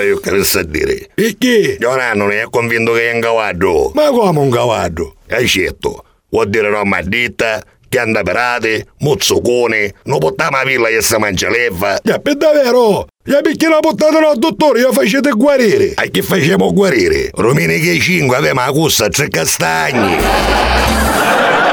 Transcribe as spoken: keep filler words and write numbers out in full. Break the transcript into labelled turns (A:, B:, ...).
A: ora io che sa dire.
B: Perché?
A: Ora non è convinto che è un cavallo.
B: Ma come un cavallo?
A: Hai certo, vuol dire roba addita, pianta perate, mozzocone, non portiamo a villa e si mangia leva.
B: Ya, per davvero? Ya, perché la portatelo al dottore, io facete guarire.
A: A che facciamo guarire? Romini che cinque avevamo la cussa a tre castagni.